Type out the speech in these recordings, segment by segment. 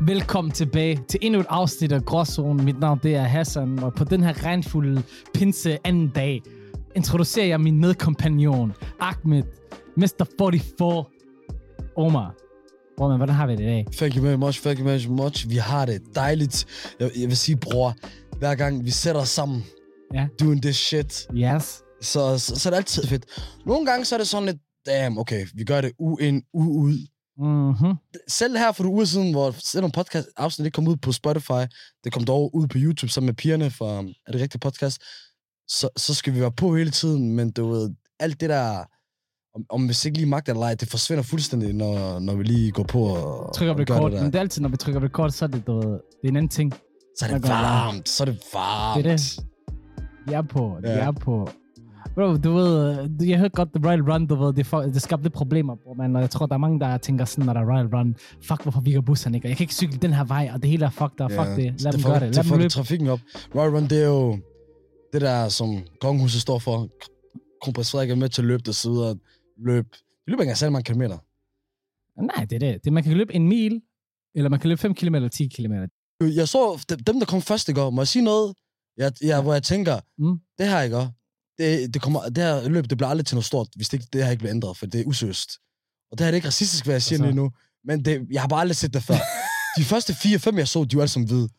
Velkommen tilbage til endnu et afsnit af Gråzone. Mit navn det er Hassan, og på den her regnfulde pinse anden dag introducerer jeg min medkompagnon, Ahmed, Mr. 44, Omar. Bror, hvordan har vi det i dag? Thank you very much. Vi har det dejligt. Jeg vil sige, bror, hver gang vi sætter os sammen, doing this shit, Yes. så er det altid fedt. Nogle gange så er det sådan lidt, damn, okay, vi gør det uge ind, uge ud. Mm-hmm. Selv her for 2 uger siden, hvor selvom podcast afsnit ikke kom ud på Spotify, det kom dog ud på YouTube sammen med pigerne fra Er det rigtige podcast, så skal vi være på hele tiden, men du ved, alt det der, om hvis ikke lige magter eller ej, det forsvinder fuldstændig, når vi lige går på og Trykker og gør record, det men det er altid, når vi trykker record, så er det, det er en anden ting. Så er det varmt, Det er det. Vi er på. Bro, du ved, jeg hørte godt The Royal Run, du ved, det skabte lidt problemer, bro, man, og jeg tror, der er mange, der tænker sådan, når der er Royal Run, fuck, hvorfor virker busserne ikke, og jeg kan ikke cykle den her vej, og det hele er fuck der, fuck det, lad dem gøre det, lad dem løbe. Trafikken op. Royal Run, det er jo det der, som kongehuset står for. Kronprins Frederik er med til at løbe, der sidder og løbe. Det løber ikke engang mange kilometer. Nej, det er det. Man kan løbe 1 mil, eller man kan løbe 5 km eller 10 km. Jeg så dem, der kom først i går. Må jeg sige noget? Hvor jeg tænker, det her ikke også. Det her løb, det bliver aldrig til noget stort, hvis det her ikke bliver ændret, for det er useriøst. Og det her er ikke racistisk, hvad jeg siger lige nu, men jeg har bare aldrig set det før. De første 4-5, jeg så, de var alle som hvide.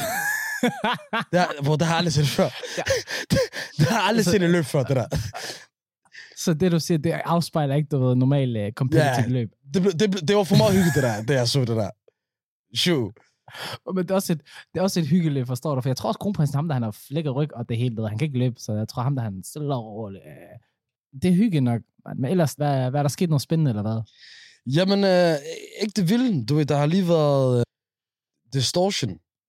Der har jeg aldrig set det før. Det har jeg aldrig set et løb før, det der. Så det, du siger, det afspejler ikke, du ved, normalt competitive løb. Det var for meget hyggeligt, det der, da jeg så det der. Shoo. Men det er også et hyggeligt, forstår du? For jeg tror også, kronprinsen, ham der han har flækket ryg, og det hele der, han kan ikke løbe, så jeg tror ham der han stille over. Det er hyggeligt nok. Men ellers, hvad er der sket noget spændende, eller hvad? Jamen, ikke det vilde. Du ved, der har lige været Distortion.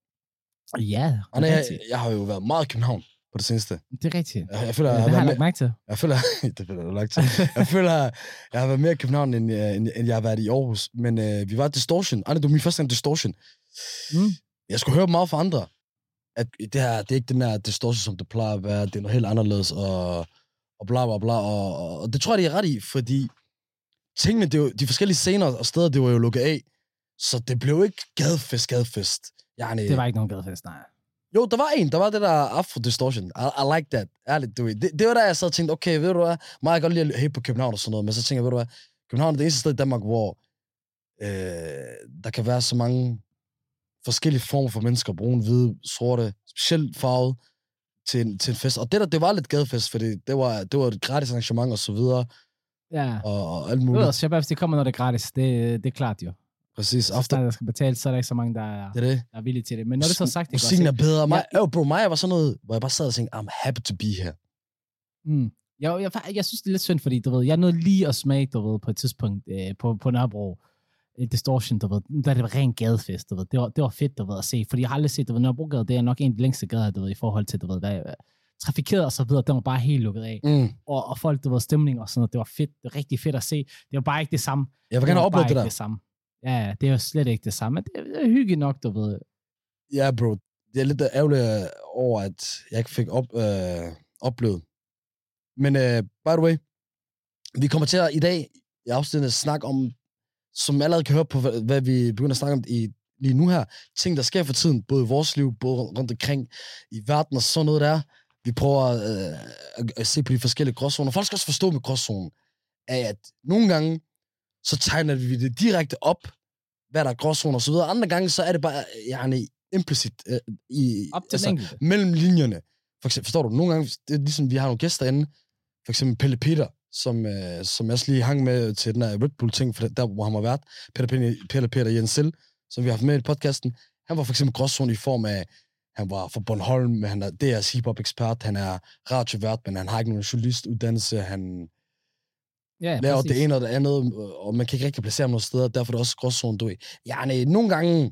Ja, det er jeg har jo været meget i København på det seneste. Det er rigtigt. Jeg føler, det har jeg lagt mærke til. Det føler jeg lagt til. Jeg føler, jeg har været mere i København, end jeg har været i Aarhus. Men vi var Distortion. Det var min første gang Distortion. Jeg skulle høre meget fra andre, at det her, det er ikke den her Distortion, som det plejer at være. Det er noget helt anderledes, og bla bla bla. Og det tror jeg, de er ret i, fordi tingene, det er jo, de forskellige scener og steder, det var jo lukket af. Så det blev ikke gadefest. Det var ikke nogen gadefest, nej. Jo, der var en. Der var det der Afro Distortion. I like that. Ærligt, du ved. Det var der, jeg sad og tænkte, okay, ved du hvad? Meget godt lide at hate på København og sådan noget, men så tænker jeg, ved du hvad? København er det eneste sted i Danmark, hvor der kan være så mange forskellige former for mennesker, brune, hvide, sorte, specielt farvet til en fest. Og det var lidt gadefest, fordi det var et gratis arrangement og så videre. Ja. Og alt muligt. Det er hvis det kommer, når det er gratis. Det er klart jo. Præcis. Efter der skal betale, så er der ikke så mange, der er villige til det. Men når det så er sagt, det musikken er bedre. Mig var sådan noget, hvor jeg bare sad og tænkte, I'm happy to be here. Jeg synes, det er lidt synd, fordi du ved, jeg nåede lige at smage, du ved, på et tidspunkt på Nørrebro. Distortion, du ved, der det var ren gadefest, du ved. Det var fedt, du ved, at se, fordi jeg har aldrig set, du ved, Nørrebrogade, det er nok en af de længste gader, du ved, i forhold til, du ved, hvad trafikeret og så videre, den var bare helt lukket af. Og folk, du ved, stemning og sådan noget, det var fedt, det var rigtig fedt at se. Det var bare ikke det samme. Jeg vil gerne have oplevet det der. Det samme. Ja, det er jo slet ikke det samme, men det er hyggeligt nok, du ved. Ja, bro. Det er lidt ærgerligt over, at jeg ikke fik oplevet. Men by the way, vi kommer til at i dag i afsnittet snakke om, som allerede kan høre på, hvad vi begynder at snakke om lige nu her, ting, der sker for tiden, både i vores liv, både rundt omkring i verden og sådan noget der. Vi prøver at se på de forskellige gråzoner. Folk skal også forstå med gråzonen, at nogle gange, så tegner vi det direkte op, hvad der er gråzoner og så videre. Andre gange, så er det bare implicit mellem linjerne. For eksempel, forstår du, nogle gange, det er ligesom, vi har nogle gæster inde, for eksempel Pelle Peter, som jeg også lige hang med til den her Red Bull-ting, der hvor han var vært, Pelle Peter Jensel, som vi har haft med i podcasten. Han var for eksempel gråzone i form af, han var fra Bornholm, han er DR's hip-hop-ekspert, han er radiovært, men han har ikke nogen journalistuddannelse, han laver det ene og det andet, og man kan ikke rigtig placere ham nogle steder, derfor er det også gråzone, du ved. Nogle gange,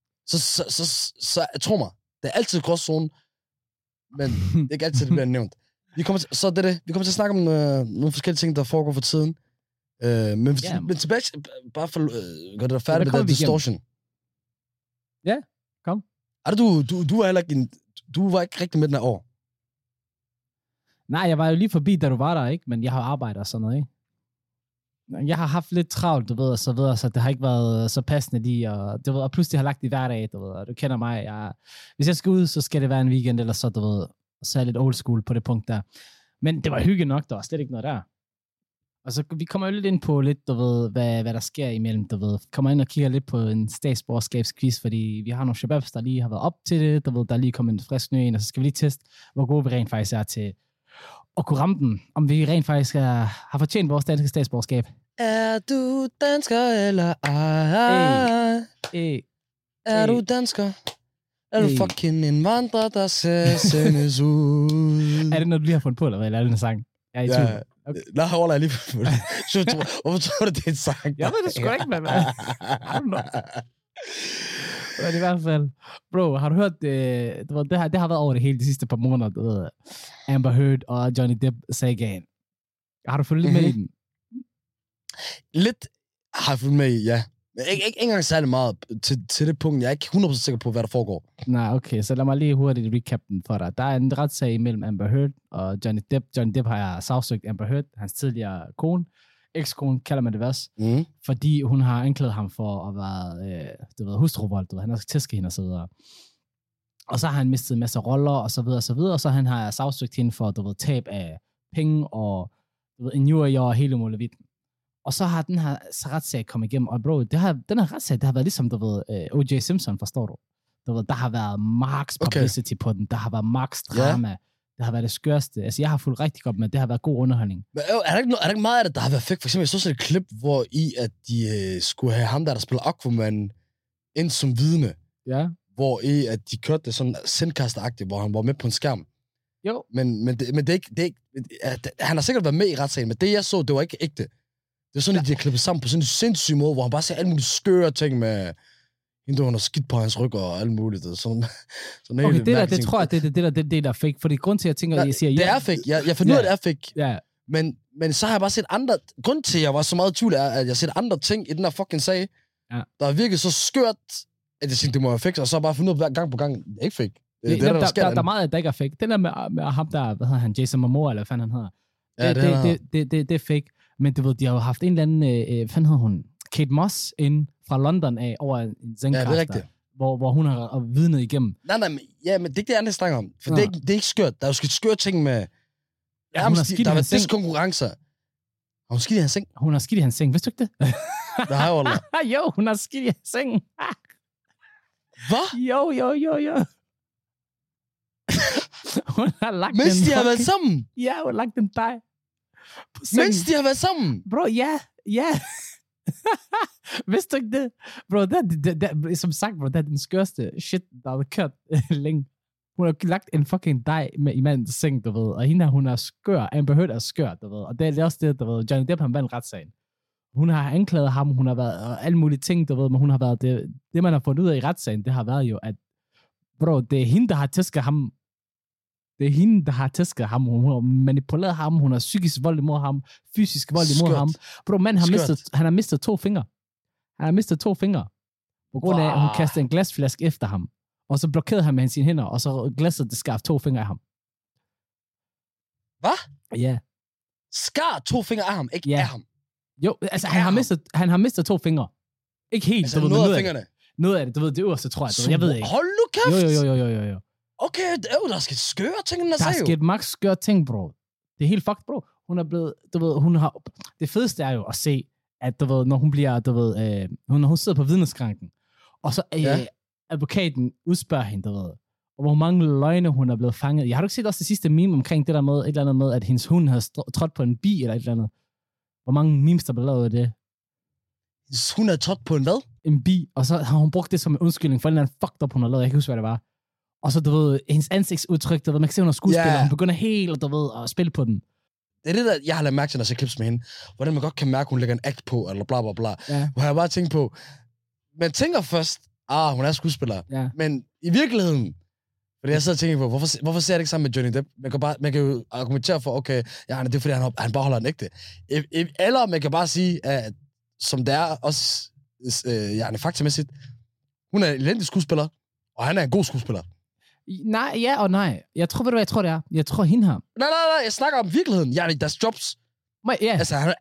så tro mig, det er altid gråzone, men det er ikke altid, det bliver nævnt. Vi kommer til at snakke om nogle forskellige ting, der foregår for tiden. Men tilbage, bare for gør det der færdigt med den Distortion. Ja, kom. Du var heller ikke du var ikke rigtig med den her år. Nej, jeg var jo lige forbi, da du var der, ikke? Men jeg har arbejdet og sådan noget, ikke? Jeg har haft lidt travlt, du ved, og så videre, så det har ikke været så passende lige, og, du ved, og pludselig har lagt det hver dag, du ved, og du kender mig. Hvis jeg skal ud, så skal det være en weekend, eller så, du ved, så er jeg lidt old school på det punkt der. Men det var hygge nok, der var slet ikke noget der. Og så vi kommer jo lidt ind på lidt, du ved, hvad der sker imellem, du ved. Kommer ind og kigger lidt på en statsborgerskabsquiz, fordi vi har nogle shababs, der lige har været op til det, du ved, der er lige kommet en frisk ny ind, og så skal vi lige teste, hvor gode vi rent faktisk er til at kunne ramme den, om vi rent faktisk har fortjent vores danske statsborgerskab. Er du dansker, eller ej? Er du dansker? Er du fucking indvandrer, der skal sendes ud? Er det noget, du lige har fundet på, eller hvad? Eller er det en sang? Jeg er i tvivl. Okay. Nej, jeg lige på det. Hvorfor tror du, det er en sang? Jeg ved det sgu ikke, mand. Men i hvert fald, bro, har du hørt, det har været over det hele de sidste par måneder, du ved, Amber Heard og Johnny Depp-sagaen. Har du fulgt lidt med i den? Lidt har jeg fulgt med i, ja. Men ikke engang særlig meget til det punkt. Jeg er ikke 100% sikker på, hvad der foregår. Nej, okay, så lad mig lige hurtigt recap den for dig. Der er en retssag mellem Amber Heard og Johnny Depp. Johnny Depp har sagsøgt Amber Heard, hans tidligere kone. Ekskone kalder man det også. Fordi hun har anklaget ham for at være hustruvold. Han har tæsket hende og så videre. Og så har han mistet en masse roller og så videre og så videre. Og så han har sagsøgt hende for tab af penge og injurier og hele muligheden. Og så har den her retssag kommet igennem, og bro, den her retssag, det har været ligesom, O.J. Simpson, forstår du? Der har været max publicity på den, der har været max drama, det har været det skørste. Altså, jeg har fulgt rigtig godt med, det har været god underholdning. Men er der ikke meget af det, der har været fake? For eksempel, jeg så et klip, hvor de skulle have ham der spiller Aquaman ind som vidne. Ja. Hvor at de kørte det sådan sendkaster-agtigt, hvor han var med på en skærm. Jo. Men det er ikke han har sikkert været med i retssagen, men det jeg så, det var ikke ægte. Det er sådan, at de har klippet sammen på sådan en sindssyg måde, hvor han bare siger alle mulige skøre ting med hende, der har skidt på hans ryg og alt muligt. Sådan okay, det tror jeg, det der er fake. Fordi grund til, at jeg tænker, at jeg siger, det er fake. Jeg finder ud af, at det er fake. Ja. Men så har jeg bare set andre... Grund til, at jeg var så meget i tvivl, er, at jeg har set andre ting i den her fucking sag, der virkede så skørt, at jeg tænkte, det må være fake, og så har jeg bare fundet ud af gang på gang, det er ikke fake. Der er meget, der ikke er fake. Den der med ham der, hvad hedder han, Jason Momoa, eller hvad fanden han hedder. Det er fake. Men du ved, de har jo haft en eller anden, hvad hedder hun, Kate Moss ind fra London af over en Zencaster, hvor hun har vidnet igennem. Nej, men det er ikke det, jeg snakker om. For det er ikke skørt. Der er jo sket skøre ting med... Ja, hun har skidt i hans seng. Der er diskonkurrencer. Har hun skidt i hans seng? Hun har skidt i hans seng. Vidste du ikke det? Det har jeg jo aldrig. Jo, hun har skidt i hans seng. Hvad? Jo. Hun har lagt mens de har været sammen? Ja, hun har lagt en dej. Mens de har været sammen? Bro, ja. Vidste du ikke det? Bro, det, som sagt, bro, det er den skørste shit, der har kørt længe. Hun har lagt en fucking dej med i mandens seng, du ved. Og hende her, hun er skør. Amber Heard er skør, du ved. Og det er også det, du ved. Johnny Depp, han vandt retssagen. Hun har anklaget ham, hun har været alle mulige ting, du ved. Men hun har været, det man har fundet ud af i retssagen, det har været jo, at bro, det er hende, der har tæsket ham. Det er hende, der har tæsket ham. Hun har manipuleret ham. Hun har psykisk vold imod ham. Fysisk vold imod ham. Bro, mand han har mistet 2 fingre. Han har mistet 2 fingre. På grund af, at hun kastede en glasflaske efter ham. Og så blokerede han med sine hænder. Og så glasset det skar 2 fingre af ham. Hvad? Ja. Skar 2 fingre af ham? Ikke af ham? Jo, altså han har mistet 2 fingre. Ikke helt. Altså noget af fingrene? Noget af det. Du ved, det øverste, tror jeg. Jeg ved ikke. Hold nu kæft! Jo. Okay, der er sket skøre ting, den der er sket max skøre ting, bro. Det er helt fucked, bro. Hun er blevet, du ved, hun har... Det fedeste er jo at se, at du ved, når hun bliver, du ved, når hun sidder på vidneskranken, og så advokaten udspørger hende, du ved, og hvor mange løgne hun er blevet fanget. Jeg har du ikke set også det sidste meme omkring det der med, et eller andet med, at hendes hund havde trådt på en bi, eller et eller andet. Hvor mange memes, der blev lavet af det? Hun havde trådt på en hvad? En bi, og så har hun brugt det som en undskyldning for en eller anden fucked up, hun har lavet. Jeg kan huske, hvad det var. Og så, du ved, hendes ansigtsudtryk, du ved, man kan se, hun er skuespiller, hun begynder helt, du ved, at spille på den. Det er det, der jeg har lagt mærke til, når jeg ser clips med hende. Hvordan man godt kan mærke, hun lægger en act på, eller bla bla bla. Ja. Hvor jeg bare tænkt på, man tænker først, hun er skuespiller. Ja. Men i virkeligheden, fordi jeg sidder og tænker på, hvorfor ser jeg det ikke sammen med Johnny Depp? Man kan jo argumentere for, okay, det er fordi, han bare holder en ægte. Eller man kan bare sige, at som det er også, faktamæssigt, hun er en elendig skuespiller, og han er en god skuespiller. Nej, ja og nej. Jeg tror, det er. Jeg tror, hende her. Nej, jeg snakker om virkeligheden. Deres jobs. Ja. Altså,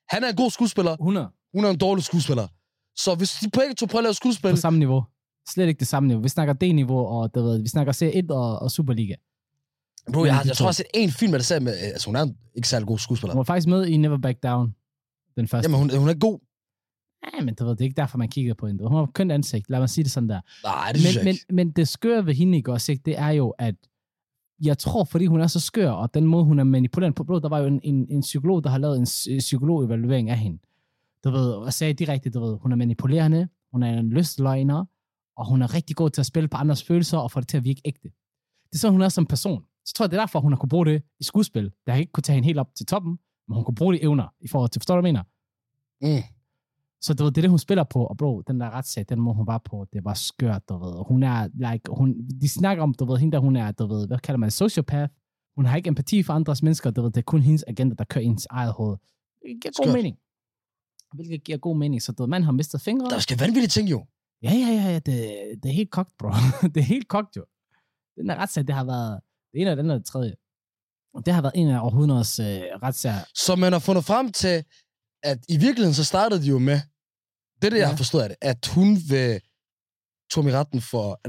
Han er en god skuespiller. 100. Hun er en dårlig skuespiller. Så hvis de begge to prøver at lave skuespil... På samme niveau. Slet ikke det samme niveau. Vi snakker D-niveau, og du ved, vi snakker Serie 1 og Superliga. Bro, jeg tror, jeg har set en film, der sagde med... Altså, hun er ikke særlig god skuespiller. Hun var faktisk med i Never Back Down. Den første. Jamen, hun er god. Ja, men du ved, det er ikke derfor, man kigger på hende. Hun har kønt ansigt. Lad mig sige det sådan der. Nej, det synes jeg ikke. Men det skøre ved hende, ikke også, ikke? Det er jo, at jeg tror, fordi hun er så skør, og den måde, hun er manipuleret på, der var jo en psykolog, der har lavet en psykologevaluering af hende. Du ved, og sagde direkte, du ved, hun er manipulerende, hun er en lystløgner, og hun er rigtig god til at spille på andres følelser, og få det til at virke ægte. Det er sådan, hun er som person. Så tror jeg, det er derfor, hun har kunne bruge det i skuespil. Det har ikke kunne tage hende helt op til toppen, men hun kunne bruge de evner i forhold til, forstår du, hvad jeg mener? Mm. Så du ved, det er det, hun spiller på, og bro, den der retssag, den må hun var på, det var skørt, du ved. Hun er, de snakker om, du ved, hende der, hun er, du ved, hvad kalder man, sociopath. Hun har ikke empati for andres mennesker, du ved, det er kun hendes agenda, der kører hendes eget hoved. Det giver god mening. Hvilket giver god mening, så du ved, man har mistet fingre. Der skal vanvittigt ting jo. Ja, det er helt kogt, bro. Det er helt kogt, jo. Den der retssag, det har været det ene og den og det tredje. Og det har været en af århundreders retssager. Så man har fundet frem til, at i virkeligheden så startede de jo med, det jeg har forstået af det, at hun vil tog i retten for,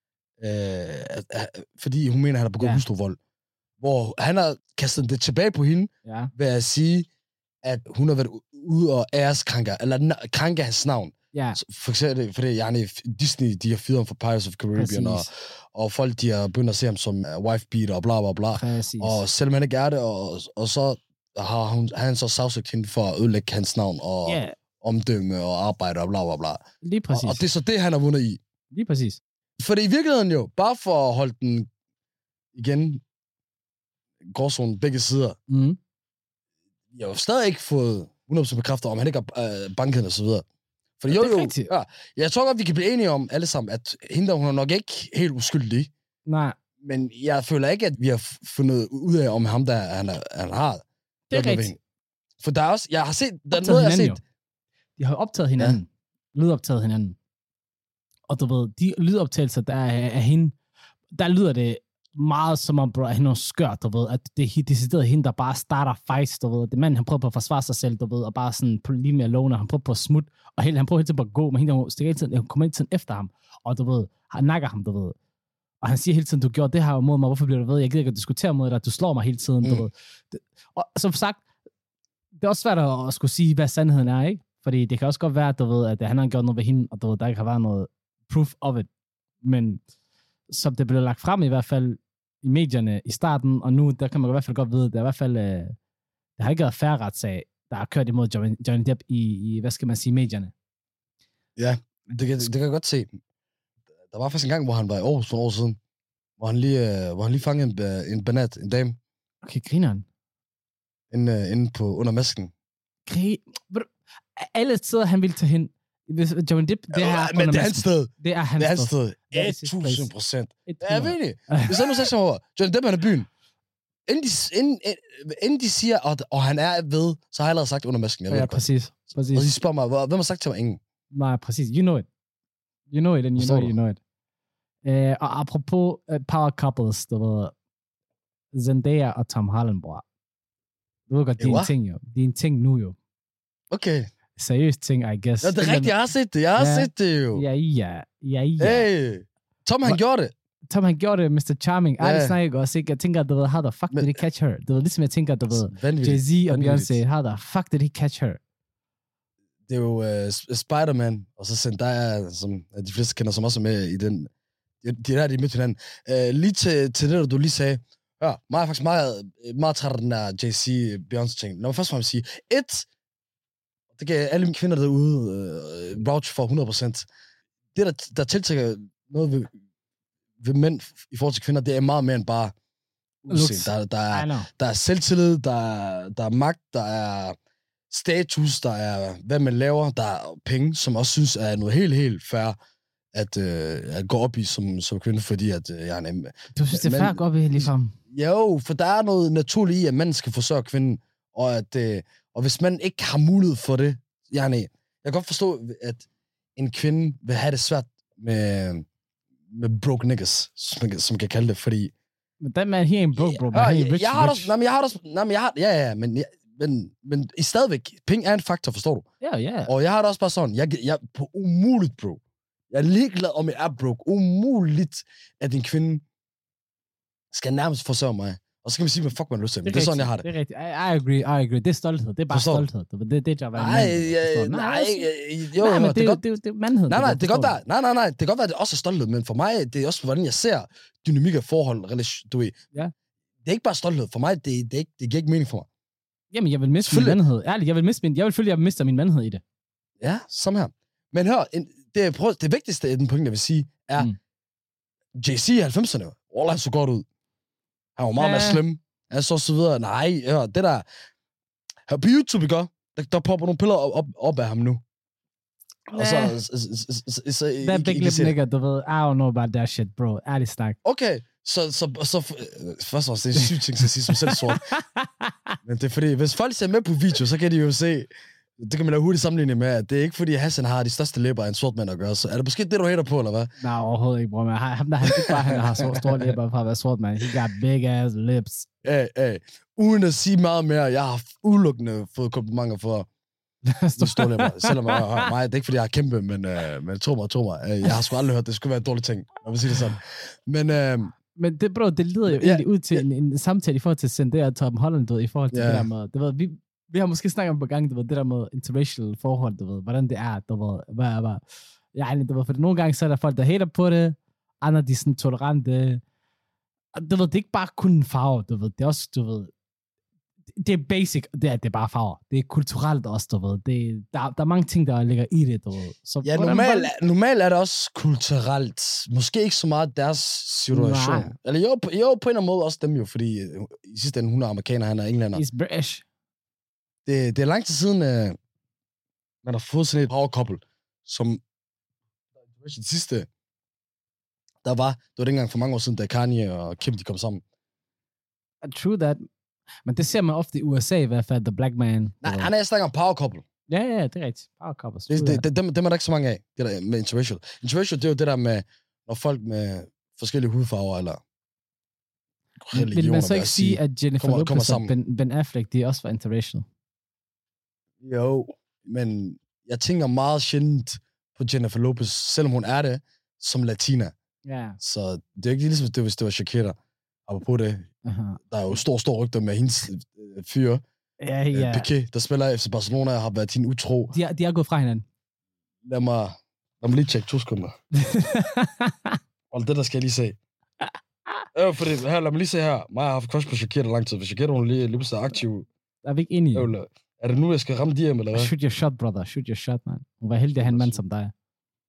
fordi hun mener, at han har begået hustruvold. Hvor han har kastet det tilbage på hende, ved at sige, at hun har været ude og æreskrænker, eller krænker hans navn. Ja. For eksempel, fordi Disney, de har fyret ham for Pirates of the Caribbean, og folk, de har begyndt at se ham som wife-beater, og bla bla bla. Præcis. Og selvom han ikke er det, og så har han så sagsøgt hende for at ødelægge hans navn, og omdømme, og arbejde, og bla bla bla. Lige præcis. Og det er så det, han har vundet i. Lige præcis. For det i virkeligheden jo, bare for at holde den igen, gråzonen begge sider, jeg har jo stadig ikke fået 100% bekræftet, om han ikke har banket og så videre. For jo, jeg tror godt, vi kan blive enige om alle sammen, at hende, hun er nok ikke helt uskyldig. Nej. Men jeg føler ikke, at vi har fundet ud af, om ham der, han har. Det er rigtigt. For der er også, jeg har set, der er noget, jeg har set. De har optaget hinanden. Ja. Lydoptaget hinanden. Og du ved, de lydoptagelser, der er af hende, der lyder det meget som om, bro, at hende er skørt, du ved, at det er decideret hende, der bare starter fights, du ved. Det mand, han prøver på at forsvare sig selv, du ved, og bare sådan lige med alone, han prøver på at smutte, og han prøver hele tiden på at gå, men hende, hun stikker hele tiden, hun kommer hele tiden efter ham, og du ved, han nakker ham, du ved. Og han siger hele tiden, du gjorde det her mod mig, hvorfor bliver du ved? Jeg gider ikke at diskutere mod dig, du slår mig hele tiden, du ved. Og som sagt, det er også svært at skulle sige, hvad sandheden er, ikke? Fordi det kan også godt være, du ved, at han har gjort noget ved hende, og du ved, der ikke har været noget proof of it. Men som det blev lagt frem i hvert fald i medierne i starten, og nu, der kan man i hvert fald godt vide, der er i hvert fald, der har ikke været færre retssag, der har kørt imod Johnny Depp i, hvad skal man sige, medierne. Ja, det kan jeg godt se. Der var faktisk en gang, hvor han var i Aarhus for en år siden, hvor han lige fangede en banat, en dame. Okay, griner han? Inde på under masken. Alle steder, han ville tage hen. Johnny Depp, det er men det er hans sted. Det er hans sted. 1000%. Ja, jeg ved det. Hvis jeg nu siger over, Johnny Depp, han er byen. Inden de siger, og han er ved, så har jeg allerede sagt under masken. Ja, præcis. Og de spørger mig, hvem har sagt til mig? Ingen. Nej, præcis. You know it. You know it, and you know it. Og apropos power couples, der var Zendaya og Tom Holland, bror. Du ved godt, det er en ting, jo. Det er en ting nu, jo. Okay. Seriøst ting, I guess. Ja, det er rigtigt, jeg har set det. Jeg har set det jo. Ja. Hey, Tom, han gjorde det. Tom, han gjorde det, Mr. Charming. Ej, det snakker også, ikke? Jeg tænker, du ved, how the fuck did he catch her? Det var ligesom, jeg tænker, du ved, Jay-Z og Beyoncé, how the fuck did he catch her? Det er jo Spider-Man, og så Zendaya, som de fleste kender, som også er med i den. De mødte hinanden. Lige til det, du lige sagde, ja, mig er faktisk meget træt af den der Jay-Z-Beyoncé-ting. Lad mig først og fremmest sige, det kan alle mine kvinder derude vouch for 100%. Det, der tiltrækker noget ved mænd i forhold til kvinder, det er meget mere end bare udseende. Der er selvtillid, der er magt, der er status, der er hvad man laver, der er penge, som også synes er noget helt, helt fair at gå op i som kvinde, fordi at du synes, det er fair at gå op i ligefrem? Jo, for der er noget naturligt i, at manden skal forsørge kvinden, og hvis man ikke har mulighed for det, jeg kan godt forstå, at en kvinde vil have det svært med broke niggas, som kan kalde det, fordi... Men that man, he ain't broke, bro. Jeg har men i stadigvæk, penge er en faktor, forstår du? Ja. Og jeg har det også bare sådan, jeg på umuligt, bro. Jeg er ligeglad, om jeg er broke. Umuligt, at en kvinde skal nærmest forsørge mig. Og så kan man sige, hvad fuck man har lyst til. Det er sådan, jeg har det. Det er rigtigt. I agree. Det er stolthed. Det er bare stolthed. Det er jo, hvad det er mandhed. Nej, det kan godt være. Nej. Det kan godt være, at det også er stolthed, men for mig, det er også, hvordan jeg ser dynamik af forhold. Du ved. Ja. Det er ikke bare stolthed. For mig, det giver ikke mening for mig. Jamen, jeg vil miste min mandhed. Ærligt, jeg vil føle, at jeg mister min mandhed i det. Ja, som her. Men hør, det vigtigste af den point, jeg vil sige, er, JC i 90'erne, han så godt ud. Han var meget mere slem. Han så videre. Nej, hør, det der... Her på YouTube, ikke? Der popper nogle piller op af ham nu. Og så that big lip nigga, du ved, I don't know about that shit, bro. Ærligt snak. Okay, så først og fremmest, det er sygt ting, at sige som selv sort. Men det er fordi, hvis folk ser med på video, så kan de jo se, det kan man da hurtigt sammenligne med, at det er ikke fordi Hassan har de største læber af en sort mand at gøre, så er det måske det, du hater på, eller hvad? Nej, overhovedet ikke, bror. Men han ikke bare, han har så store læber fra at være sort, man. He got big ass lips. Uden at sige meget mere, jeg har udelukkende fået komplimenter for de store læber. Selvom mig, det er ikke fordi, jeg har kæmpe, men tro mig. Jeg har sgu aldrig hørt, det skulle være en dårlig ting, når man siger det sådan. Men det, bro, det leder jo egentlig ud til en samtale i forhold til Zendaya og Tom Holland, du ved, i forhold til det der med, du ved, vi har måske snakket om på gang, du ved, det der med interracial forhold, du ved, hvordan det er, du ved, du ved, for nogle gange, så er der folk, der hater på det, andre, de er sådan tolerante, du ved, det er ikke bare kun en farve, du ved, det er også, du ved, det er basic, det er bare farver, det er kulturelt også, du ved, der er mange ting, der ligger i det, du ved. Så ja, normalt er det også kulturelt, måske ikke så meget deres situation, eller jo, på en eller anden måde også dem jo, fordi i sidste ende, hun er amerikaner, han er englænder. He's British. Det er lang tid siden, man har fået sådan et power couple, som det sidste, det var ikke engang for mange år siden, da Kanye og Kim, de kom sammen. True that. Men det ser man ofte i USA i hvert fald, the black man. Nej, han er snakker om power couple. Ja, det er rigtigt. Power couple. Dem er der ikke så mange af, det der med interracial. Interracial, det er jo det der med, når folk med forskellige hudfarver, eller religioner, vil man så ikke sige, at Jennifer Lopez og Ben Affleck, de også var interracial? Jo, men jeg tænker meget sjældent på Jennifer Lopez, selvom hun er det, som latina. Ja. Så det er ikke ligesom, hvis det var Shakira. Apropos det, der er jo stor rygter med hendes fyre, Piqué, der spiller FC Barcelona, har været din utro. De er gået fra hinanden. Lad mig lige tjekke 2 sekunder. Og det der skal jeg lige se. Her, lad mig lige se her. Mig har haft crush på Shakira lang tid, for Shakira, hun er lige så aktiv. Er vi ikke enige? Er det nu, jeg skal ramme de hjem, eller hvad? Shoot your shot, brother. Shoot your shot, man. Hun var heldig at have en mand som dig.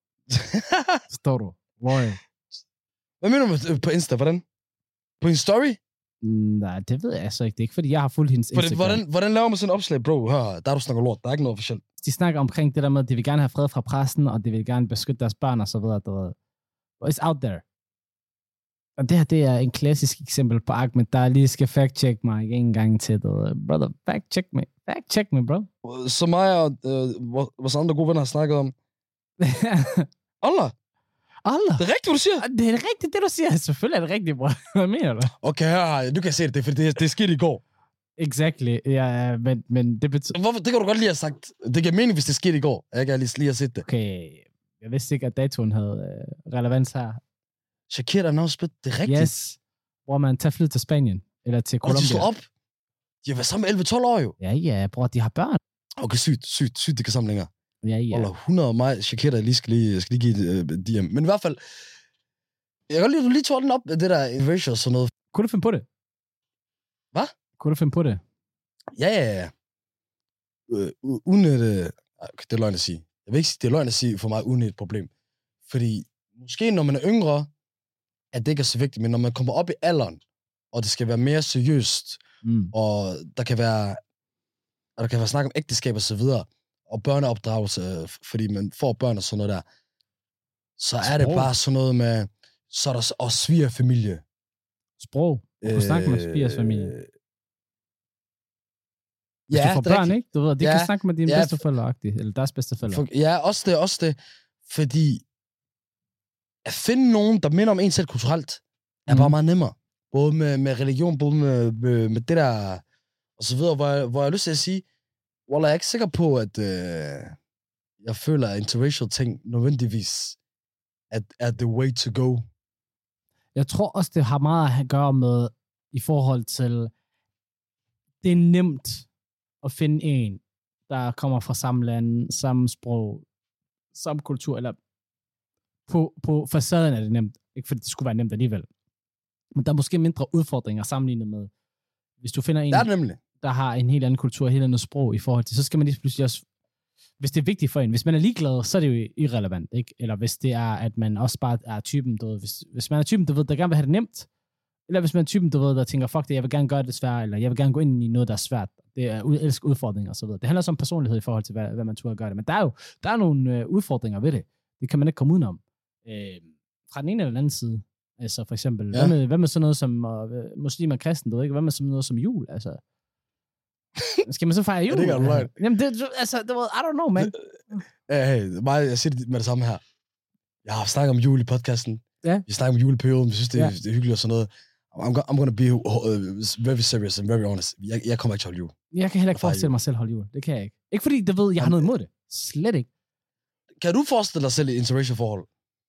Står du? Roy. Hvad mener du på Insta? Hvordan? På en story? Nej, det ved jeg altså ikke. Det er ikke, fordi jeg har fulgt hendes Instagram. Hvordan laver man sådan en opslag, bro? Her, der er du snakker lort. Der er ikke noget officielt. De snakker omkring det der med, at de vil gerne have fred fra pressen, og de vil gerne beskytte deres børn og så videre. It's out there. Og det her, det er en klassisk eksempel på Ahmed, der lige skal fact-check mig en gang til. Brother, fact-check me. Fact-check me, bro. Så mig og vores andre gode venner har snakket om. Allah. Det er rigtigt, hvad du siger. Det er rigtigt, det du siger. Selvfølgelig er det rigtigt, bror. Hvad mener du? Okay, her, du kan se det, for det skete i går. Exactly. Ja, men det betyder... Hvorfor? Det kan du godt lige have sagt. Det giver mening, hvis det skete i går. Jeg kan lige have set det. Okay. Jeg vidste ikke, at datoen havde relevans her. Shakira now split. Det er rigtigt. Yes. Bror, man tager flyet til Spanien. Eller til Colombia. Og de slår op. De har været sammen 11-12 år jo. Ja, bror, de har børn. Okay, sygt, de kan sammen længere. Ja. Eller 100 mig, Shakira, jeg skal lige give de hjem. Men i hvert fald, jeg kan godt lide, du lige tog den op, det der interracial og sådan noget. Kunne du finde på det? Hvad? Kunne du finde på det? Ja. Uden det er løgn at sige. Jeg vil ikke sige, det er løgn at sige for mig, uden et problem. Fordi måske når man er yngre, at det ikke er så vigtigt, men når man kommer op i alderen, og det skal være mere seriøst, og der kan være snak om ægteskab og så videre, og børneopdragelse, fordi man får børn og sådan noget der, så er det bare sådan noget med, så er der også svigerfamilie. Sprog. Du kan snakke med svigerfamilie. Hvis du får børn, ikke? Du ved, de kan snakke med dine bedsteforældre-agtige, eller deres bedsteforældre. Ja, også det. Fordi at finde nogen, der minder om en selv kulturelt, er bare meget nemmere. Både med religion, både med det der og så videre, hvor jeg har lyst til at sige, Wallah, jeg er ikke sikker på, at jeg føler, at interracial ting nødvendigvis er the way to go. Jeg tror også, det har meget at gøre med, i forhold til, det er nemt at finde en, der kommer fra samme land, samme sprog, samme kultur, eller på facaden er det nemt. Ikke fordi det skulle være nemt alligevel. Men der er måske mindre udfordringer sammenlignet med, hvis du finder en, der har en helt anden kultur, et helt andet sprog i forhold til, så skal man lige pludselig også, hvis det er vigtigt for en, hvis man er ligeglad, så er det jo irrelevant, ikke? Eller hvis det er, at man også bare er typen, du ved, hvis man er typen, du ved, der gerne vil have det nemt, eller hvis man er typen, du ved, der tænker, fuck det, jeg vil gerne gøre det svært, eller jeg vil gerne gå ind i noget, der er svært. Det er elsker udfordringer og så videre. Det handler også om personlighed i forhold til, hvad man turde gøre det. Men der er nogle udfordringer ved det. Det kan man ikke komme udenom. Fra den ene eller den anden side. Altså for eksempel, hvad med sådan noget som muslimer og kristen, du ved ikke? Hvad med sådan noget som jul? Altså, skal man så fejre jul? Det kan du løgn. Jamen, altså, det var, I don't know, man. Jeg siger det med det samme her. Jeg har snakket om jul i podcasten. Ja. Vi snakker om juleperioden. Vi synes, det er hyggeligt og sådan noget. I'm gonna be very serious and very honest. Jeg kommer ikke til at holde jul. Jeg kan heller ikke forestille mig selv holde jul. Det kan jeg ikke. Ikke fordi, du ved, jeg har noget imod det. Slet ikke. Kan du forestille dig selv i interracial forhold?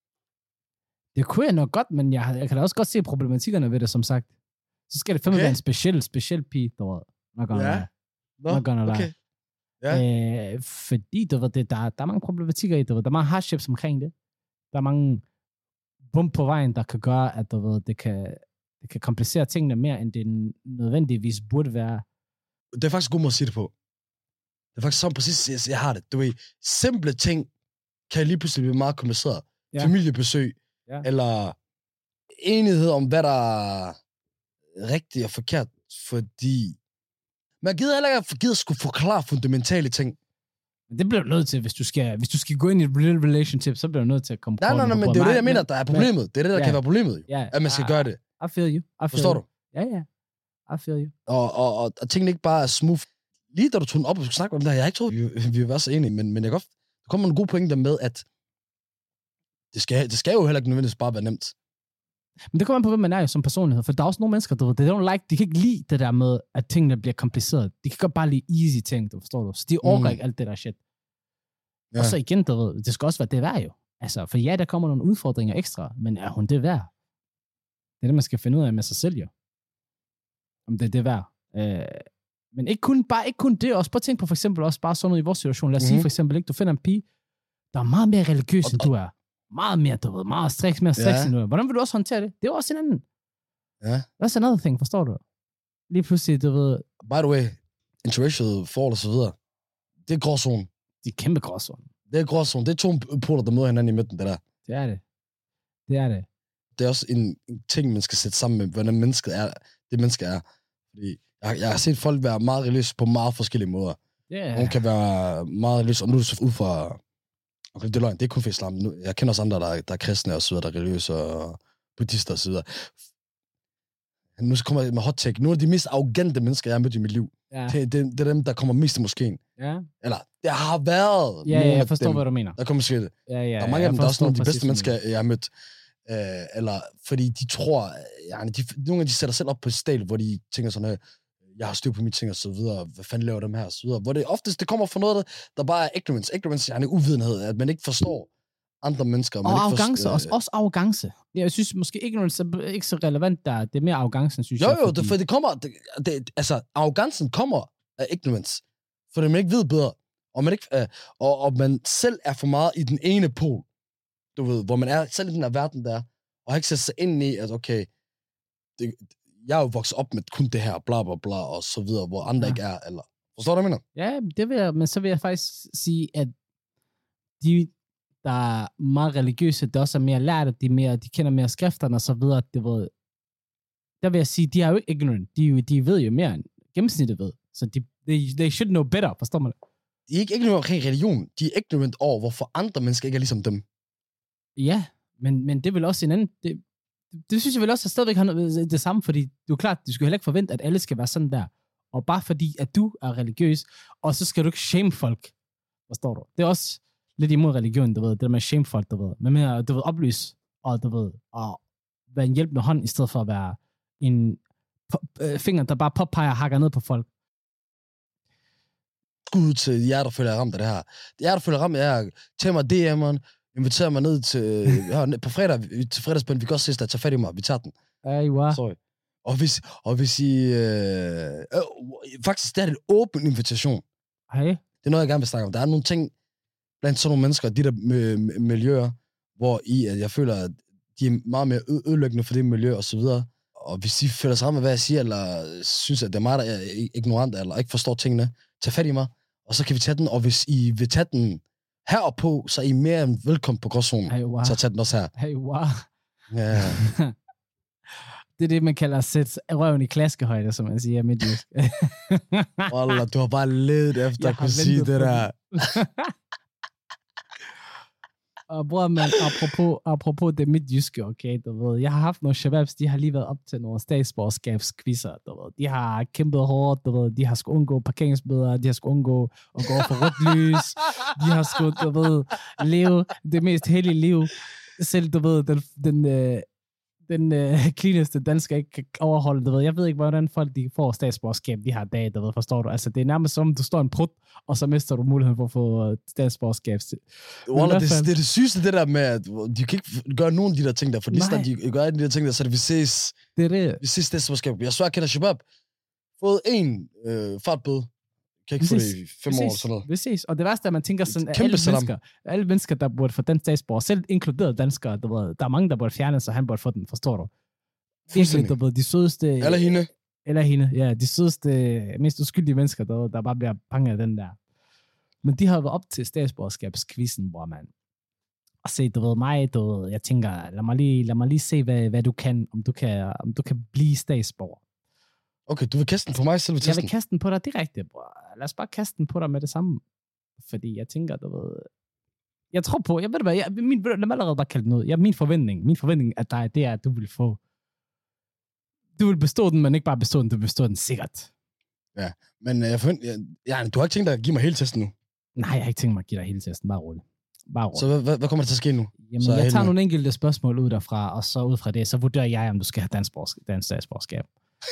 Det kunne jeg nok godt, men jeg kan da også godt se problematikkerne ved det, som sagt. Så skal det fandme være en speciel pige, der var. Okay. Fordi, du ved, der er mange problematikker i det. Der er mange hardships omkring det. Der er mange bump på vejen, der kan gøre, at du ved, det kan komplicere tingene mere, end det nødvendigvis burde være. Det er faktisk en god måde at sige det på. Det er faktisk sådan præcis, jeg har det. Du ved, simple ting kan lige pludselig blive meget kompliceret. Ja. Familiebesøg, eller enighed om, hvad der er rigtigt og forkert, fordi man gider heller ikke at skulle forklare fundamentale ting. Men det bliver du nødt til, hvis du skal gå ind i et real relationship, så bliver du nødt til at komme på. Nej, men det er jo det, jeg mener, der er problemet. Det er det, der kan være problemet, at man skal gøre det. I feel you. Forstår du? Ja. I feel you. Og tingene ikke bare er smooth. Lige da du tog den op og skulle snakke om det her, jeg har ikke troet, vi vil være så enige, men jeg godt, der kommer en god pointe med, at det skal jo heller ikke nødvendigvis bare være nemt. Men det kommer an på, hvem man er jo som personlighed, for der er også nogle mennesker, de kan ikke lide det der med, at tingene bliver kompliceret. De kan godt bare lide easy ting, du forstår du. Så de orker ikke alt det der shit. Ja. Og så igen, du ved, det skal også være det værd jo. Altså, for der kommer nogle udfordringer ekstra, men er hun det værd? Det er det, man skal finde ud af med sig selv jo. Om det er det værd. Men ikke kun det, også bare tænk på for eksempel også bare sådan noget i vores situation. Lad os sige for eksempel, ikke, du finder en pige, der er meget mere religiøs, end du er. Meget mere, du ved, meget striks end du er. Hvordan vil du også håndtere det? Det er også en anden. Ja. That's another thing, forstår du? Lige pludselig, du ved... By the way, interracial forhold og så videre, det er gråzone. Det er kæmpe gråzone. Det er gråzone. Det er to poler, der møder hinanden i midten, det der. Det er det. Det er også en ting, man skal sætte sammen med, hvordan mennesket er. Fordi jeg har set folk være meget religiøse på meget forskellige måder. Yeah. Nogle kan være meget religiøse, og nu er det ud fra... Okay, det er løgn, det er kun for islam. Jeg kender også andre, der er kristne og så videre, der er religiøse og buddhister og så videre. Nu kommer jeg med hot take. Nogle af de mest arrogante mennesker, jeg har mødt i mit liv, det er dem, der kommer mest i moskeen. Ja. Eller, det har været jeg forstår, hvad du mener. Der kommer måske det. Ja, der er mange af dem, der er også nogle af de bedste mennesker, jeg har mødt. Eller, fordi de tror, nogle af de sætter selv op på et sted, hvor de tænker sådan, jeg har styr på mine ting og så videre, hvad fanden laver dem her og så videre. Hvor det oftest, det kommer fra noget, der bare er ignorance. Ignorance er uvidenhed, at man ikke forstår andre mennesker. Og arrogance, også arrogance. Jeg synes måske ignorance er ikke så relevant der. Det er mere arrogancen, synes jeg. Jo, for det kommer, altså arrogancen kommer af ignorance. Fordi man ikke ved bedre. Og man, ikke, og man selv er for meget i den ene pol. Du ved, hvor man er selv i den her verden der, og har ikke sat sig ind i, at okay, jeg er jo vokset op med kun det her, bla bla bla, og så videre, hvor andre ikke er, eller... Forstår du, hvad jeg mener? Ja, det vil jeg, men så vil jeg faktisk sige, at de, der er meget religiøse, det også er mere lærte, de kender mere skrifterne og så videre, det ved, der vil jeg sige, de er jo ikke ignorant, de ved jo mere end gennemsnittet ved, så they should know better, forstår man det? De er ikke ignorant omkring religion, de er ignorant over, hvorfor andre mennesker ikke er ligesom dem. Ja, men det vil også en anden... Det synes jeg vel også, at stadigvæk har det samme, fordi det er jo klart, du skal heller ikke forvente, at alle skal være sådan der. Og bare fordi, at du er religiøs, og så skal du ikke shame folk. Forstår du? Det er også lidt imod religion, du ved. Det der med shame folk, du ved. Men mere, du ved, oplyse, og du ved, og være en hjælpende hånd, i stedet for at være en finger, der bare påpeger og hakker ned på folk. skud til jer, der føler ramt af det her. Jer, der føler ramt af det her, tag mig DM'eren, inviter mig ned til, på fredag, til fredagsbøn, vi kan også ses der, tag fat i mig, vi tager den. Sorry. Og hvis I, faktisk, det er en åben invitation. Hej. Det er noget, jeg gerne vil snakke om. Der er nogle ting blandt sådan nogle mennesker, de der miljøer, hvor at jeg føler, at de er meget mere ødelæggende for det miljø, og så videre. Og hvis I føler sig ramt med, hvad jeg siger, eller synes, at det er mig, der er ignorant, eller ikke forstår tingene, tag fat i mig, og så kan vi tage den. Og hvis I vil tage den heroppe, så er I mere end velkommen på gråzonen. Så tag den også her. Hey, wow. Ja. Det er det, man kalder at sætte røven i klaskehøjde, som man siger midtjysk. Wallah, du har bare ledet efter at kunne sige det der. Og bror, man, apropos det midtjyske, okay, du ved, jeg har haft nogle shababs, de har lige været op til nogle statsborgerskabskvisser, du ved. De har kæmpet hårdt, du ved, de har skulle undgå parkeringsbøder, de har skulle undgå at gå for rødt lys, de har skulle, du ved, leve det mest hellige liv. Selv, du ved, den cleaneste dansker ikke kan overholde, du ved. Jeg ved ikke, hvordan folk de får statsborgerskab de her dage, du ved, forstår du? Altså, det er nærmest som, du står en prut, og så mister du muligheden for at få statsborgerskab. Wallah, det er det sygeste, det der med, at de kan ikke gøre nogen af de der ting der, for lige snart de gør de der ting der, så det vi ses. Det er det. Vi ses statsborgerskab. Jeg så, jeg kender Shabab. Fået en fartbøde. Kan ikke få det i 5 år eller sådan noget. Vi ses. Og det værste er, at man tænker sådan, at alle mennesker, der burde få den statsborger, selv inkluderet danskere, der er mange, der burde fjerne, så han burde få den, forstår du? Virkelig, der de sødeste... Eller hende, ja. De sødeste, mest uskyldige mennesker, der bare bliver panget af den der. Men de har været op til statsborgerskabskvisten, bror, mand. Og se, du ved mig, jeg tænker, lad mig lige se, hvad du kan, om du kan blive statsborger. Okay, du vil kaste den for mig selv ved testen? Jeg vil kaste den på dig direkte, bror. Lad os bare kaste den på dig med det samme. Fordi jeg tænker, du ved... Jeg tror på... Jeg ved hvad, lad mig allerede bare kalde den ud. Min forventning at dig, det er, at du vil få... Du vil bestå den, men ikke bare bestå den, du vil bestå den sikkert. Ja, men jeg forventer... du har ikke tænkt dig at give mig hele testen nu? Nej, jeg har ikke tænkt mig at give dig hele testen. Bare roligt. Så hvad kommer der til at ske nu? Jamen, så jeg tager nogle enkelte spørgsmål ud derfra, og så ud fra det, så vurderer jeg, om du skal have dansk statsborgerskab.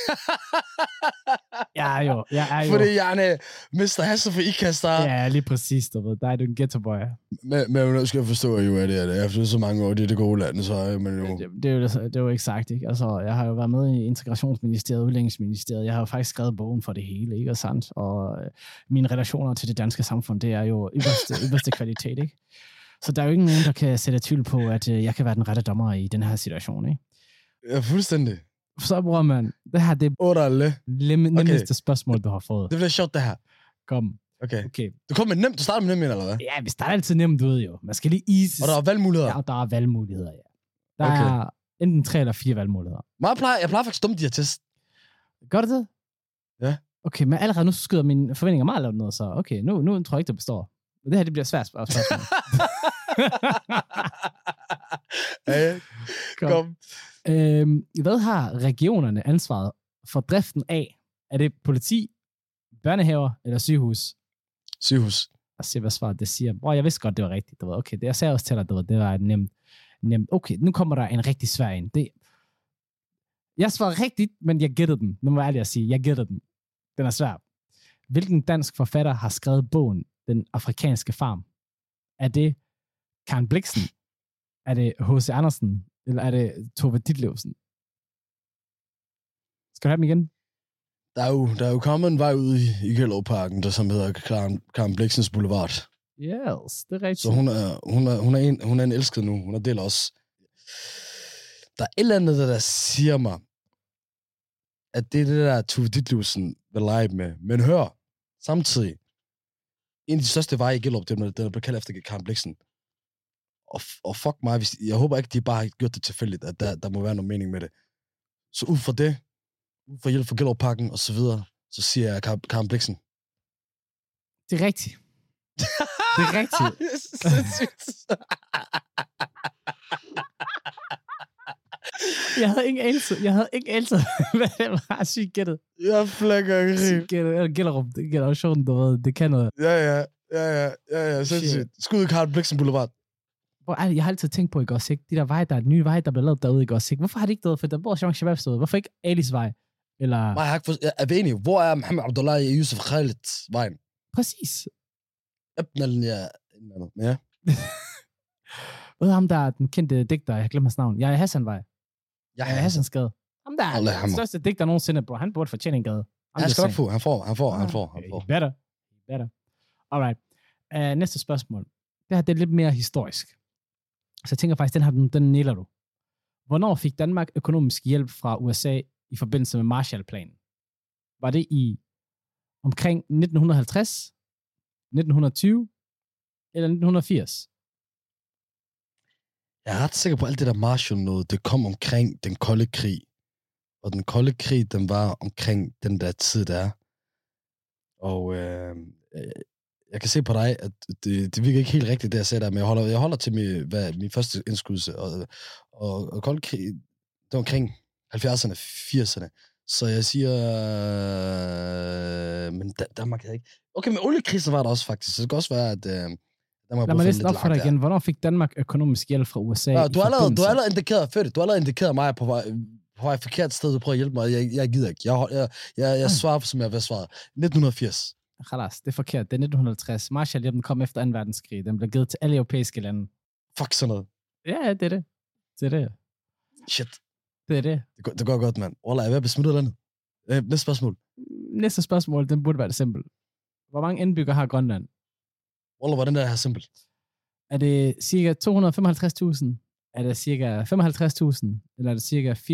Jeg er jo. Fordi jeg Mr. Hasse for IKAST. Ja, lige præcis, du ved. Der er du en ghetto-boy. Men nu skal jeg forstå, at det er det. Efter så mange år, det er det gode land, så er man jo... Det er jo ikke sagt, ikke? Altså, jeg har jo været med i Integrationsministeriet, Udlændingsministeriet. Jeg har jo faktisk skrevet bogen for det hele, ikke? Og sandt. Og mine relationer til det danske samfund, det er jo ypperste kvalitet, ikke? Så der er jo ikke nogen, der kan sætte tvivl på, at jeg kan være den rette dommer i den her situation, ikke? Ja, fuldstændig. Så bror man, det her det er nemmeste spørgsmål, du har fået. Det bliver sjovt, det her. Kom. Okay. Du kommer med nemt, du starter med nemt, eller hvad? Ja, vi starter altid nemt ud, jo. Man skal lige ease. Og der er valgmuligheder? Ja, der er valgmuligheder, ja. Der er enten 3 eller 4 valgmuligheder. Jeg plejer faktisk dumt de her test. Gør du det? Ja. Okay, men allerede nu skyder mine forventninger meget lavt ned, så okay, nu tror jeg ikke, det består. Det her, det bliver svært spørgsmål. Kom. Hvad har regionerne ansvaret for driften af? Er det politi, børnehaver eller sygehus? Sygehus. Jeg ser, hvad svaret det siger. Jeg vidste godt, det var rigtigt. Okay, det jeg sagde også til dig, det var nemt. Okay, nu kommer der en rigtig svær en. Jeg svarede rigtigt, men jeg gættede den. Nu må jeg ærlig at sige, jeg gættede den. Den er svær. Hvilken dansk forfatter har skrevet bogen Den afrikanske farm? Er det Karen Blixen? Er det H.C. Andersen? Eller er det Tove Ditlevsen? Skal du have dem igen? Der er jo kommet en vej ud i Gellerparken, der som hedder Karen Blixens Boulevard. Yes, det er rigtigt. Så hun er en elsket nu. Hun er del også. Der er et eller andet, der siger mig, at det er det der Tove Ditlevsen vil lege med. Men hør, samtidig, en af de største veje i Gellerup, den er blevet kaldt efter Karen Blixen. Og fuck mig, jeg håber ikke, de bare har gjort det tilfældigt, at der må være noget mening med det. Så ud fra det, ud fra hjælp for Gellerupparken og så videre, så siger jeg Karen Blixen. Det er rigtigt. Det er rigtigt. Jeg havde ikke anelse, hvad det var, sygt gættet. Jeg flækker ikke rigt. Gellerup, det er jo sjovt, du ved, det kan noget. Ja, sindssygt. Skud i Karen Blixen Boulevard. Jeg har altid tænkt på, ikke også, ikke? De der nye veje, der bliver lavet derude, ikke også, ikke? Hvorfor har de ikke noget? For der bor Jean Shabab derude. Hvorfor ikke Alis vej? Eller... Jeg er enig. Hvor er Mohammed Abdullah Yusuf Khaled vejen? Præcis. Ja. Ved ham, der er den kendte digter, jeg glemmer hans navn. Jeg er Hassanvej. Jeg er Hassans gade. Ham der er den største digter nogensinde, bro. Han burde fortjene en gade. Han skal nok få. Han får. Better. Alright. Næste spørgsmål. Det her det er lidt mere historisk. Så jeg tænker faktisk, den næler du. Hvornår fik Danmark økonomisk hjælp fra USA i forbindelse med Marshallplanen? Var det i omkring 1950, 1920 eller 1980? Jeg er ret sikker på, at alt det der Marshall noget, det kom omkring den kolde krig. Og den kolde krig, den var omkring den der tid, der. Og jeg kan se på dig, at det virker ikke helt rigtigt, det jeg sagde der, men jeg holder til min første indskudelse. Og kolde krig, det var omkring 70'erne, 80'erne. Så jeg siger, men Danmark havde ikke. Okay, men oliekrisen var der også faktisk, så det kan også være, at Lad mig læse op for dig igen. Hvornår fik Danmark økonomisk hjælp fra USA? Ja, du har allerede indikeret, Født, du har allerede indikeret mig på vej forkert sted, du prøver at hjælpe mig. Jeg gider ikke. Jeg svarer, som jeg vil svare. 1980. Khalas, det er forkert. Det er 1950. Marshallhjælpen kom efter 2. verdenskrig. Den blev givet til alle europæiske lande. Fuck sådan noget. Ja, det er det. Det er det. Shit. Det er det. Det går godt, mand. Wallah, jeg er ved at blive smittet landet. Næste spørgsmål. Næste spørgsmål, den burde være det simpelt. Hvor mange indbyggere har Grønland? Wallah, hvordan er det her simpelt? Er det cirka 255.000? Er det cirka 55.000? Eller er det cirka 455.000?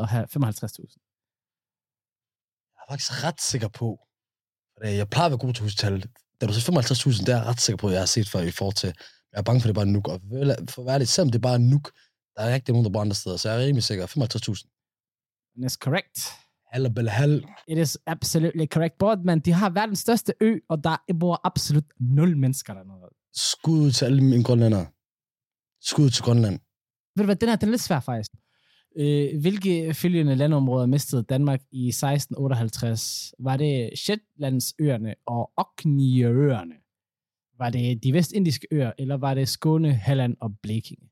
Jeg er faktisk ret sikker på, jeg plejer at være god til at huske tal. Da du siger 55.000, det er jeg ret sikker på, at jeg har set før i forhold til. Jeg er bange for, det er bare Nuuk. Og for at være lidt, selvom det er bare Nuuk, der er ikke nogen, der bor andre steder, så jeg er rimelig sikker. 55.000. That's correct. Hal. It is absolutely correct, men de har verdens største ø, og der bor absolut 0 mennesker dernede. Skud til alle mine grønlændere. Skud til Grønland. Ved du hvad, den er lidt svær faktisk. Hvilke følgende landområder mistede Danmark i 1658? Var det Shetlandsøerne og Orkneyøerne? Var det de vestindiske øer, eller var det Skåne, Halland og Blekinge?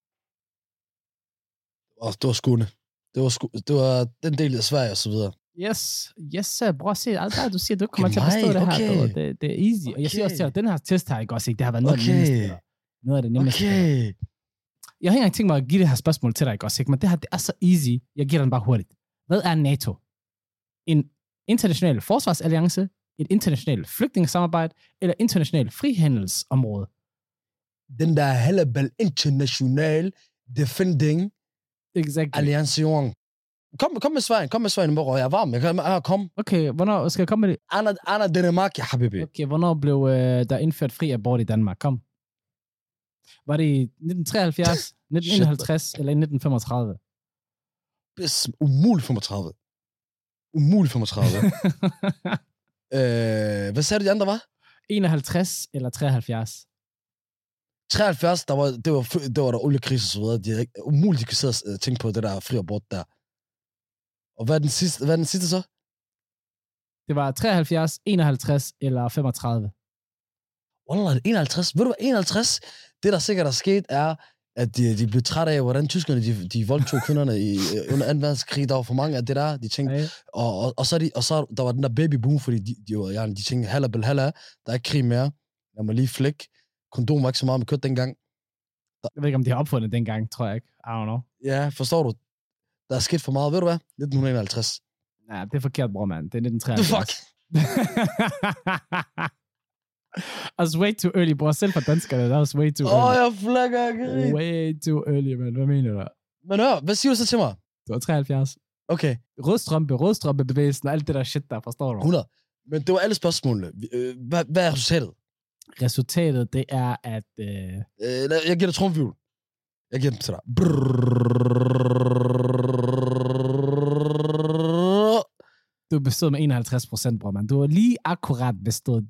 Det var Skåne. Det var den del af Sverige og så videre. Yes, bror, se, alt du siger, du kommer til at forstå det her. Det er easy. Og jeg siger også til dig, den her test her, ikke også ikke? Det har været noget af det nemmeste. Noget af det nemmeste. Okay. Jeg har ikke engang tænkt mig at give det her spørgsmål til dig, ikke også ikke? Men det her, det er så easy. Jeg giver den bare hurtigt. Hvad er NATO? En international forsvarsalliance, et internationalt flygtningesamarbejde, eller international frihandelsområde? Den der Hellebel International Defending Alliance. Kom med Sverige, mor. Jeg er varm. Jeg kan komme. Okay, hvornår skal jeg komme med det? Anna Danmark, ja, habibi. Okay, hvornår blev der indført fri abort i Danmark? Kom. Var det i 1973, 1951 eller i 1935? Umuligt 35. Hvad sagde du, de andre var? 51 eller 73? 73, det var der oliekrise og så videre. Det er ikke umuligt, de kan sidde og tænke på det der fri abort der. Og hvad er den sidste så? Det var 73, 51 eller 35. Wallah, 51. Ved du hvad, 51? Det, der sikkert er sket, er, at de blev trætte af, hvordan tyskerne de voldtog kvinderne under 2. verdenskrig. Der var for mange af det der, de tænkte. Og så der var den der babyboom, fordi de tænkte, halla, der er ikke krig mere. Lad mig lige flække. Kondom var ikke så meget med kødt dengang. Jeg ved ikke, om de har opfundet dengang, tror jeg ikke. I don't know. Ja, forstår du? Der er sket for meget, ved du hvad? 1951. Ja, det er forkert, bror, mand. Det er 1973. The fuck? Altså, way too early, bror. Selv for danskerne, that was way too early. Jeg flækker ikke. Way too early, man. Hvad mener du? Men hør, hvad siger du så til mig? Det var 73. Okay. Rødstrømpebevægelsen og alt det der shit der, forstår du? 100. Men det var alle spørgsmålene. Hvad er resultatet? Resultatet, det er, at... Jeg giver dig trumfhjul. Jeg giver dem til dig. Du bestod med 51%, bror, man. Du er lige akkurat bestået.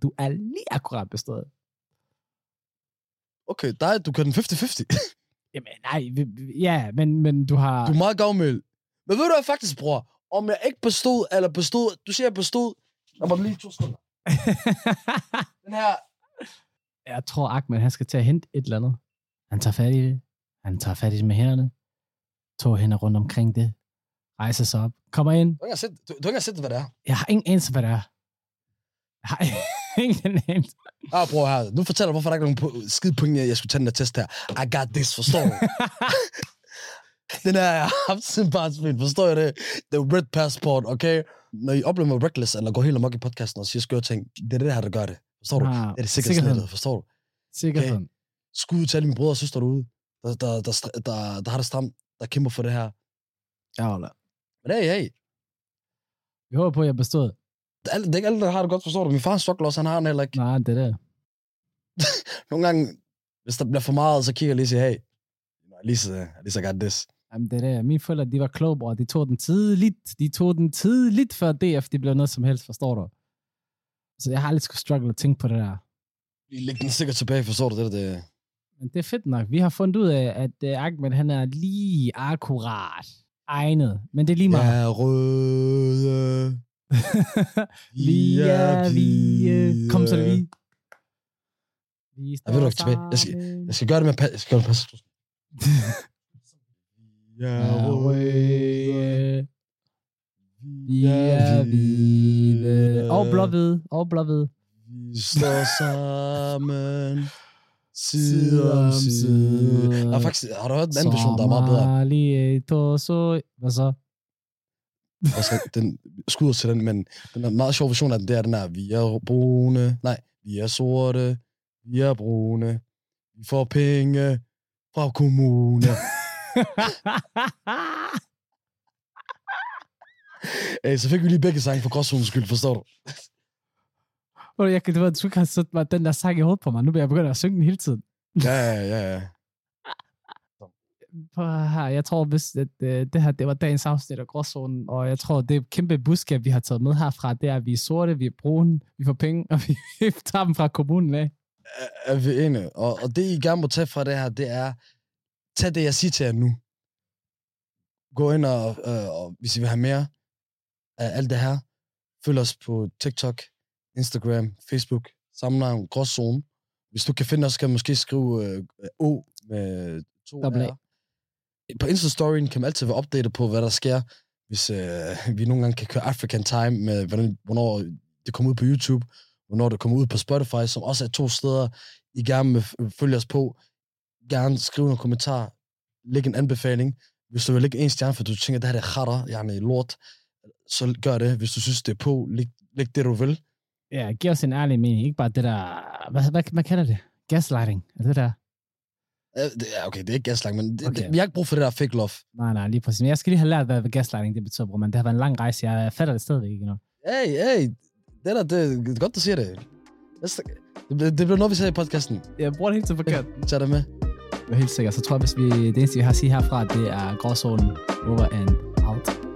Okay, du kan den 50-50. Jamen, nej. Ja, men du har... Du er meget gavmild. Men ved du hvad faktisk, bror? Om jeg ikke bestod, eller bestod... Du siger, jeg bestod. Lad mig lige 2 sekunder. Den her... Jeg tror, Ahmed, han skal til at hente et eller andet. Han tager fat i det. Han tager fat i det med hænderne. 2 hænder rundt omkring det. Rejser sig op. Kommer ind. Du har ikke set, hvad det er. Jeg har ingen anelse, hvad det er. Ingen anelse. Bror her. Nu fortæller hvorfor der ikke er nogen skide point, jeg skulle tage den der test her. I got this, forstår du? Den her, jeg har haft siden barnsben, forstår jeg det? The red passport, okay? Når I oplever mig reckless, eller går helt amok i podcasten og siger skøre ting, det er det her, der gør det. Forstår du? Det er det sikkerhedsnettet, forstår du? Sikkerheden. Okay. Skud til alle mine brødre og søstre derude, der har det stramt, der kæmper for det her. Ja, Ola. Men hey. Vi håber på, at jeg bestod. Det er ikke alle, der har det godt, forstår du? Min far struggler også, han har den heller ikke. Nej, det er det. Nogle gange, hvis der bliver for meget, så kigger jeg lige og siger, hey, Lisa got this. Jamen, det er det. Mine forældre, de var kloge, bror. De tog den tidligt, før DF, de blev noget som helst, forstår du? Så jeg har lidt skulle struggle at tænke på det der. Vi lægger den sikkert tilbage, forstår du det? Men det er fedt nok. Vi har fundet ud af, at Ahmed, han er lige akkurat egnet. Men det er lige meget. Ja, røde. Vi er hvide. Kom så det vi. Jeg ved du ikke tilbage. Jeg skal gøre det med pas. Ja, røde. Vi er hvide. Og blåhvide. Vi står sammen. Side om side. Har du hørt den anden version, der er meget bedre? Hvad så? Den skyder til den, men den er meget sjov version af den, det er den her, vi er brune, nej, vi er sorte, vi er brune, vi får penge fra kommune. Så fik vi lige begge sange for gråzonens skyld, forstår du? Jeg kan du ikke have sat den der sang i hovedet på mig. Nu bliver jeg begyndt at synge den hele tiden. Ja. Jeg tror, hvis det her det var dagens afsnit af Gråzonen, og jeg tror, det kæmpe budskab, vi har taget med herfra, det er, at vi er sorte, vi er brune, vi får penge, og vi tager dem fra kommunen af. Er vi enige? Og det, I gerne må tage fra det her, det er, tag det, jeg siger til jer nu. Gå ind og hvis I vil have mere af alt det her, følg os på TikTok, Instagram, Facebook, samme navn, Gråzone. Hvis du kan finde os, kan du måske skrive O med 2 R. På Insta-storyen kan man altid være opdateret på, hvad der sker, hvis vi nogle gange kan køre African Time med, hvornår det kommer ud på YouTube, hvornår det kommer ud på Spotify, som også er 2 steder, I gerne vil følge os på. Gerne skrive nogle kommentarer, læg en anbefaling. Hvis du vil lægge 1 stjerne, for du tænker, det her er khatter, jeg er lort, så gør det. Hvis du synes, det er på, læg det, du vil. Ja, giv os en ærlig mening. Ikke bare det der... Hvad kalder det? Gaslighting? Er det der? Okay, det er ikke gaslighting, men vi har ikke brug for det der fake love. Nej, lige præcis. Men jeg skal lige have lært, hvad gaslighting det betyder, bror. Men det har været en lang rejse. Jeg fatter det stadigvæk ikke endnu. Hey. Det er godt, du siger det. Det bliver noget, vi siger i podcasten. Jeg bruger det helt til forkert. Tag det med. Jeg er helt sikkert. Så tror jeg, hvis det eneste, vi har at sige herfra, det er Gråzonen over and out.